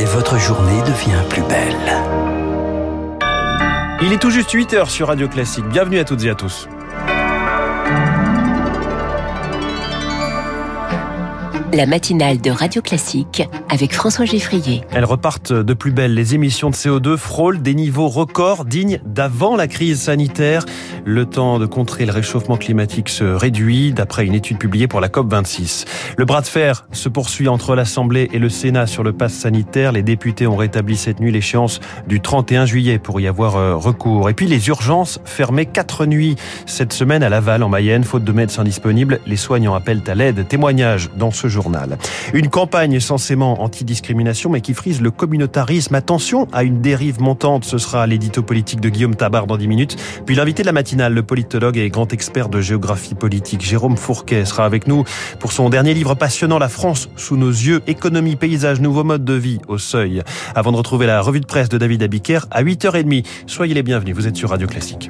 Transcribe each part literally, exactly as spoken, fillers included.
et votre journée devient plus belle. Il est tout juste huit heures sur Radio Classique. Bienvenue à toutes et à tous. La matinale de Radio Classique avec François Geffrier. Elles repartent de plus belle. Les émissions de C O deux frôlent des niveaux records dignes d'avant la crise sanitaire. Le temps de contrer le réchauffement climatique se réduit, d'après une étude publiée pour la C O P vingt-six. Le bras de fer se poursuit entre l'Assemblée et le Sénat sur le pass sanitaire. Les députés ont rétabli cette nuit l'échéance du trente et un juillet pour y avoir recours. Et puis les urgences fermées quatre nuits cette semaine à Laval, en Mayenne. Faute de médecins disponibles, les soignants appellent à l'aide. Témoignage dans ce journal. Une campagne censément anti-discrimination mais qui frise le communautarisme. Attention à une dérive montante, ce sera l'édito politique de Guillaume Tabar dans dix minutes. Puis l'invité de la matinale, le politologue et grand expert de géographie politique, Jérôme Fourquet, sera avec nous pour son dernier livre passionnant, La France sous nos yeux, économie, paysage, nouveaux modes de vie au seuil. Avant de retrouver la revue de presse de David Abiker à huit heures trente. Soyez les bienvenus, vous êtes sur Radio Classique.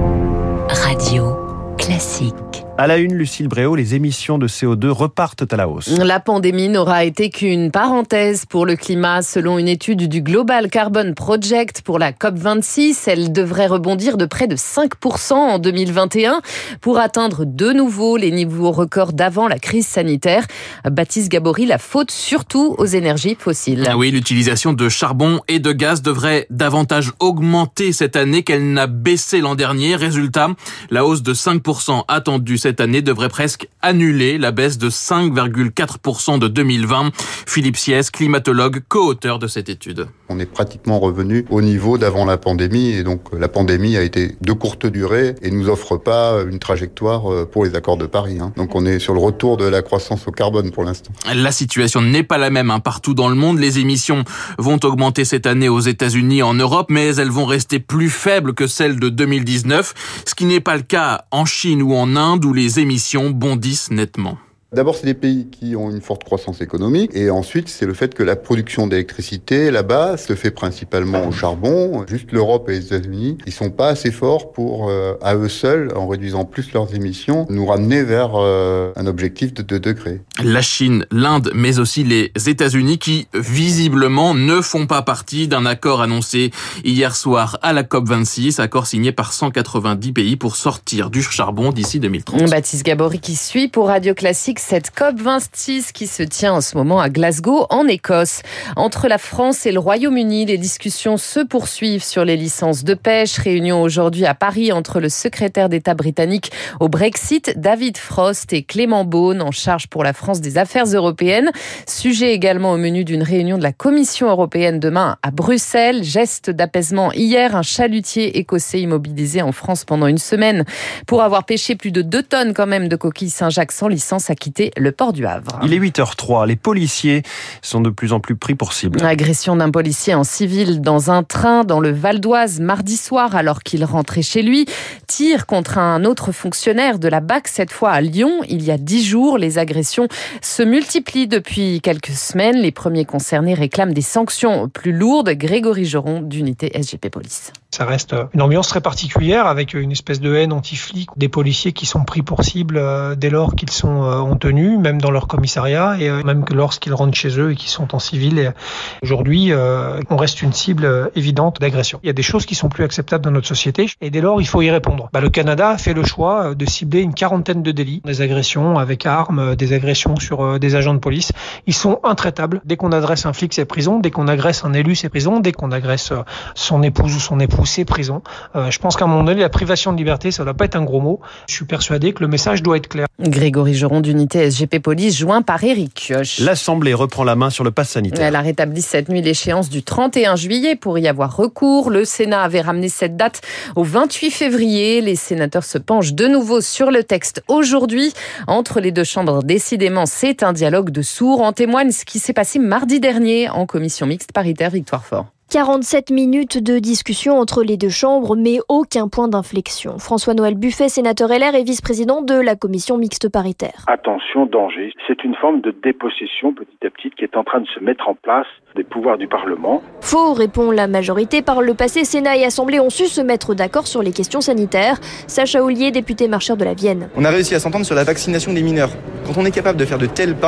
Radio Classique. À la une, Lucille Bréau, les émissions de C O deux repartent à la hausse. La pandémie n'aura été qu'une parenthèse pour le climat. Selon une étude du Global Carbon Project pour la C O P vingt-six, elle devrait rebondir de près de cinq pour cent en deux mille vingt et un pour atteindre de nouveau les niveaux records d'avant la crise sanitaire. Baptiste Gabory, la faute surtout aux énergies fossiles. Ah oui, l'utilisation de charbon et de gaz devrait davantage augmenter cette année qu'elle n'a baissé l'an dernier. Résultat, la hausse de cinq pour cent attendue cette année devrait presque annuler la baisse de cinq virgule quatre pour cent de deux mille vingt. Philippe Siès, climatologue, co-auteur de cette étude. On est pratiquement revenu au niveau d'avant la pandémie et donc la pandémie a été de courte durée et nous offre pas une trajectoire pour les accords de Paris. Donc on est sur le retour de la croissance au carbone pour l'instant. La situation n'est pas la même hein, partout dans le monde. Les émissions vont augmenter cette année aux États-Unis et en Europe, mais elles vont rester plus faibles que celles de deux mille dix-neuf, ce qui n'est pas le cas en Chine ou en Inde où les émissions bondissent nettement. D'abord, c'est des pays qui ont une forte croissance économique. Et ensuite, c'est le fait que la production d'électricité, là-bas, se fait principalement au charbon. Juste l'Europe et les États-Unis, ils sont pas assez forts pour, euh, à eux seuls, en réduisant plus leurs émissions, nous ramener vers euh, un objectif de deux degrés. La Chine, l'Inde, mais aussi les États-Unis qui, visiblement, ne font pas partie d'un accord annoncé hier soir à la C O P vingt-six, accord signé par cent quatre-vingt-dix pays pour sortir du charbon d'ici deux mille trente. Baptiste Gabory qui suit pour Radio Classique cette C O P vingt-six qui se tient en ce moment à Glasgow, en Écosse. Entre la France et le Royaume-Uni, les discussions se poursuivent sur les licences de pêche. Réunion aujourd'hui à Paris entre le secrétaire d'État britannique au Brexit, David Frost, et Clément Beaune, en charge pour la France des affaires européennes. Sujet également au menu d'une réunion de la Commission européenne demain à Bruxelles. Geste d'apaisement hier, un chalutier écossais immobilisé en France pendant une semaine pour avoir pêché plus de deux tonnes quand même de coquilles Saint-Jacques sans licence a quitté le port du Havre. Il est huit heures trois. Les policiers sont de plus en plus pris pour cible. Agression d'un policier en civil dans un train dans le Val d'Oise mardi soir alors qu'il rentrait chez lui. Tir contre un autre fonctionnaire de la B A C, cette fois à Lyon. Il y a dix jours, les agressions se multiplient depuis quelques semaines. Les premiers concernés réclament des sanctions plus lourdes. Grégory Joron d'unité S G P Police. Ça reste une ambiance très particulière avec une espèce de haine anti-flic, des policiers qui sont pris pour cible dès lors qu'ils sont en tenue, même dans leur commissariat et même que lorsqu'ils rentrent chez eux et qu'ils sont en civil. Et aujourd'hui, on reste une cible évidente d'agression. Il y a des choses qui sont plus acceptables dans notre société et dès lors, il faut y répondre. Bah, le Canada a fait le choix de cibler une quarantaine de délits, des agressions avec armes, des agressions sur des agents de police. Ils sont intraitables. Dès qu'on adresse un flic, c'est prison. Dès qu'on agresse un élu, c'est prison. Dès qu'on agresse son épouse ou son époux, c'est prison. Euh, je pense qu'à un moment donné, la privation de liberté, ça ne doit pas être un gros mot. Je suis persuadé que le message doit être clair. Grégory Joron d'unité S G P Police, joint par Éric Kioch. L'Assemblée reprend la main sur le pass sanitaire. Elle a rétabli cette nuit l'échéance du trente et un juillet pour y avoir recours. Le Sénat avait ramené cette date au vingt-huit février. Les sénateurs se penchent de nouveau sur le texte aujourd'hui. Entre les deux chambres, décidément, c'est un dialogue de sourds. En témoigne ce qui s'est passé mardi dernier en commission mixte paritaire. Victoire Fort. quarante-sept minutes de discussion entre les deux chambres, mais aucun point d'inflexion. François-Noël Buffet, sénateur L R et vice-président de la commission mixte paritaire. Attention, danger. C'est une forme de dépossession petit à petit qui est en train de se mettre en place des pouvoirs du Parlement. Faux, répond la majorité. Par le passé, Sénat et Assemblée ont su se mettre d'accord sur les questions sanitaires. Sacha Houlier, député marcheur de la Vienne. On a réussi à s'entendre sur la vaccination des mineurs. Quand on est capable de faire de tels pas,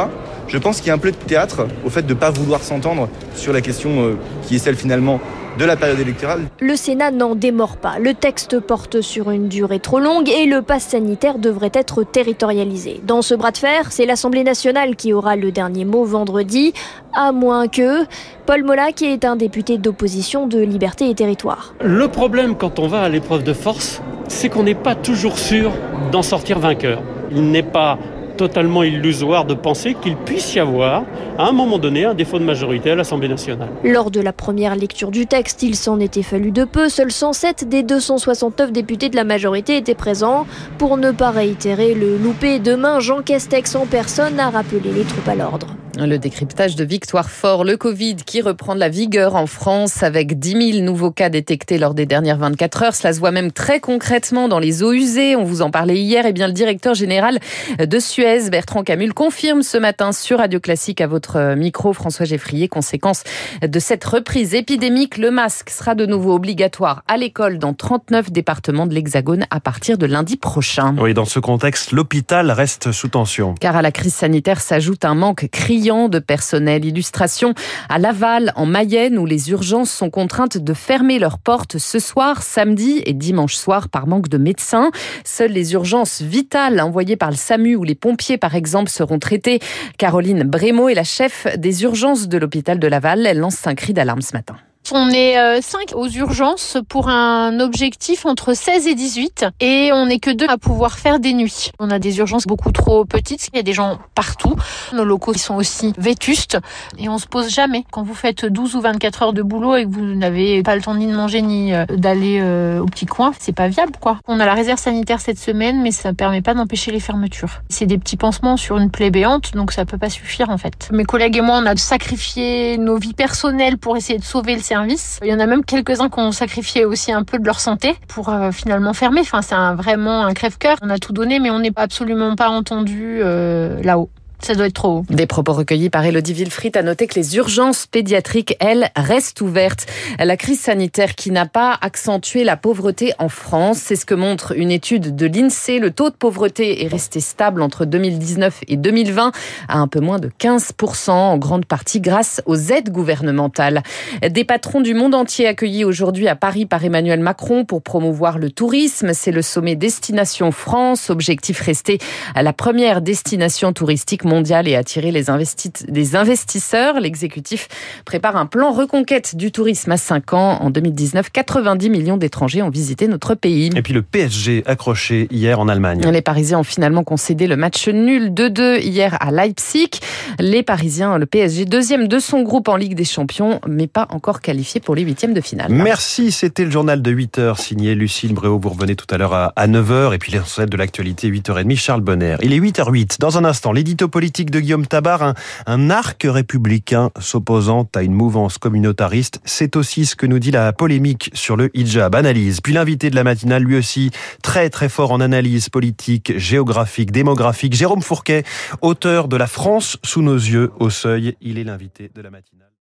Je pense qu'il y a un peu de théâtre au fait de ne pas vouloir s'entendre sur la question euh, qui est celle finalement de la période électorale. Le Sénat n'en démord pas. Le texte porte sur une durée trop longue et le pass sanitaire devrait être territorialisé. Dans ce bras de fer, c'est l'Assemblée nationale qui aura le dernier mot vendredi, à moins que... Paul Molac est un député d'opposition de Liberté et Territoire. Le problème quand on va à l'épreuve de force, c'est qu'on n'est pas toujours sûr d'en sortir vainqueur. Il n'est pas totalement illusoire de penser qu'il puisse y avoir, à un moment donné, un défaut de majorité à l'Assemblée nationale. Lors de la première lecture du texte, il s'en était fallu de peu. Seuls cent sept des deux cent soixante-neuf députés de la majorité étaient présents. Pour ne pas réitérer le loupé, demain, Jean Castex en personne a rappelé les troupes à l'ordre. Le décryptage de Victoire Fort, le Covid qui reprend de la vigueur en France avec dix mille nouveaux cas détectés lors des dernières vingt-quatre heures. Cela se voit même très concrètement dans les eaux usées. On vous en parlait hier. Et bien, le directeur général de Suez, Bertrand Camul, confirme ce matin sur Radio Classique à votre micro, François Geffrier, conséquence de cette reprise épidémique. Le masque sera de nouveau obligatoire à l'école dans trente-neuf départements de l'Hexagone à partir de lundi prochain. Oui, dans ce contexte, l'hôpital reste sous tension. Car à la crise sanitaire s'ajoute un manque criant de personnel. Illustration à Laval, en Mayenne, où les urgences sont contraintes de fermer leurs portes ce soir, samedi et dimanche soir par manque de médecins. Seules les urgences vitales envoyées par le SAMU ou les pompiers, par exemple, seront traitées. Caroline Brémaud est la chef des urgences de l'hôpital de Laval. Elle lance un cri d'alarme ce matin. On est cinq aux urgences pour un objectif entre seize et dix-huit et on n'est que deux à pouvoir faire des nuits. On a des urgences beaucoup trop petites, il y a des gens partout. Nos locaux sont aussi vétustes et on se pose jamais. Quand vous faites douze ou vingt-quatre heures de boulot et que vous n'avez pas le temps ni de manger ni d'aller au petit coin, c'est pas viable quoi. On a la réserve sanitaire cette semaine mais ça ne permet pas d'empêcher les fermetures. C'est des petits pansements sur une plaie béante donc ça peut pas suffire en fait. Mes collègues et moi on a sacrifié nos vies personnelles pour essayer de sauver le service. Il y en a même quelques-uns qui ont sacrifié aussi un peu de leur santé pour euh, finalement fermer. Enfin, c'est un, vraiment un crève-cœur. On a tout donné, mais on n'est absolument pas entendu euh, là-haut. Ça doit être trop haut. Des propos recueillis par Élodie Villefrit. À noter que les urgences pédiatriques, elles, restent ouvertes. La crise sanitaire qui n'a pas accentué la pauvreté en France, c'est ce que montre une étude de l'INSEE. Le taux de pauvreté est resté stable entre deux mille dix-neuf et deux mille vingt à un peu moins de quinze pour cent, en grande partie grâce aux aides gouvernementales. Des patrons du monde entier accueillis aujourd'hui à Paris par Emmanuel Macron pour promouvoir le tourisme. C'est le sommet Destination France. Objectif rester à la première destination touristique mondiale et attirer les, investi- les investisseurs. L'exécutif prépare un plan reconquête du tourisme à cinq ans. En deux mille dix-neuf, quatre-vingt-dix millions d'étrangers ont visité notre pays. Et puis le P S G accroché hier en Allemagne. Les Parisiens ont finalement concédé le match nul deux deux hier à Leipzig. Les Parisiens, le P S G, deuxième de son groupe en Ligue des Champions, mais pas encore qualifié pour les huitièmes de finale. Merci, c'était le journal de huit heures, signé Lucille Bréau. Vous revenez tout à l'heure à neuf heures. Et puis l'essentiel de l'actualité, huit heures trente, Charles Bonner. Il est huit heures huit. Dans un instant, l'édito politique de Guillaume Tabar, un, un arc républicain s'opposant à une mouvance communautariste. C'est aussi ce que nous dit la polémique sur le hijab. Analyse. Puis l'invité de la matinale, lui aussi, très très fort en analyse politique, géographique, démographique. Jérôme Fourquet, auteur de La France sous nos yeux, au seuil. Il est l'invité de la matinale.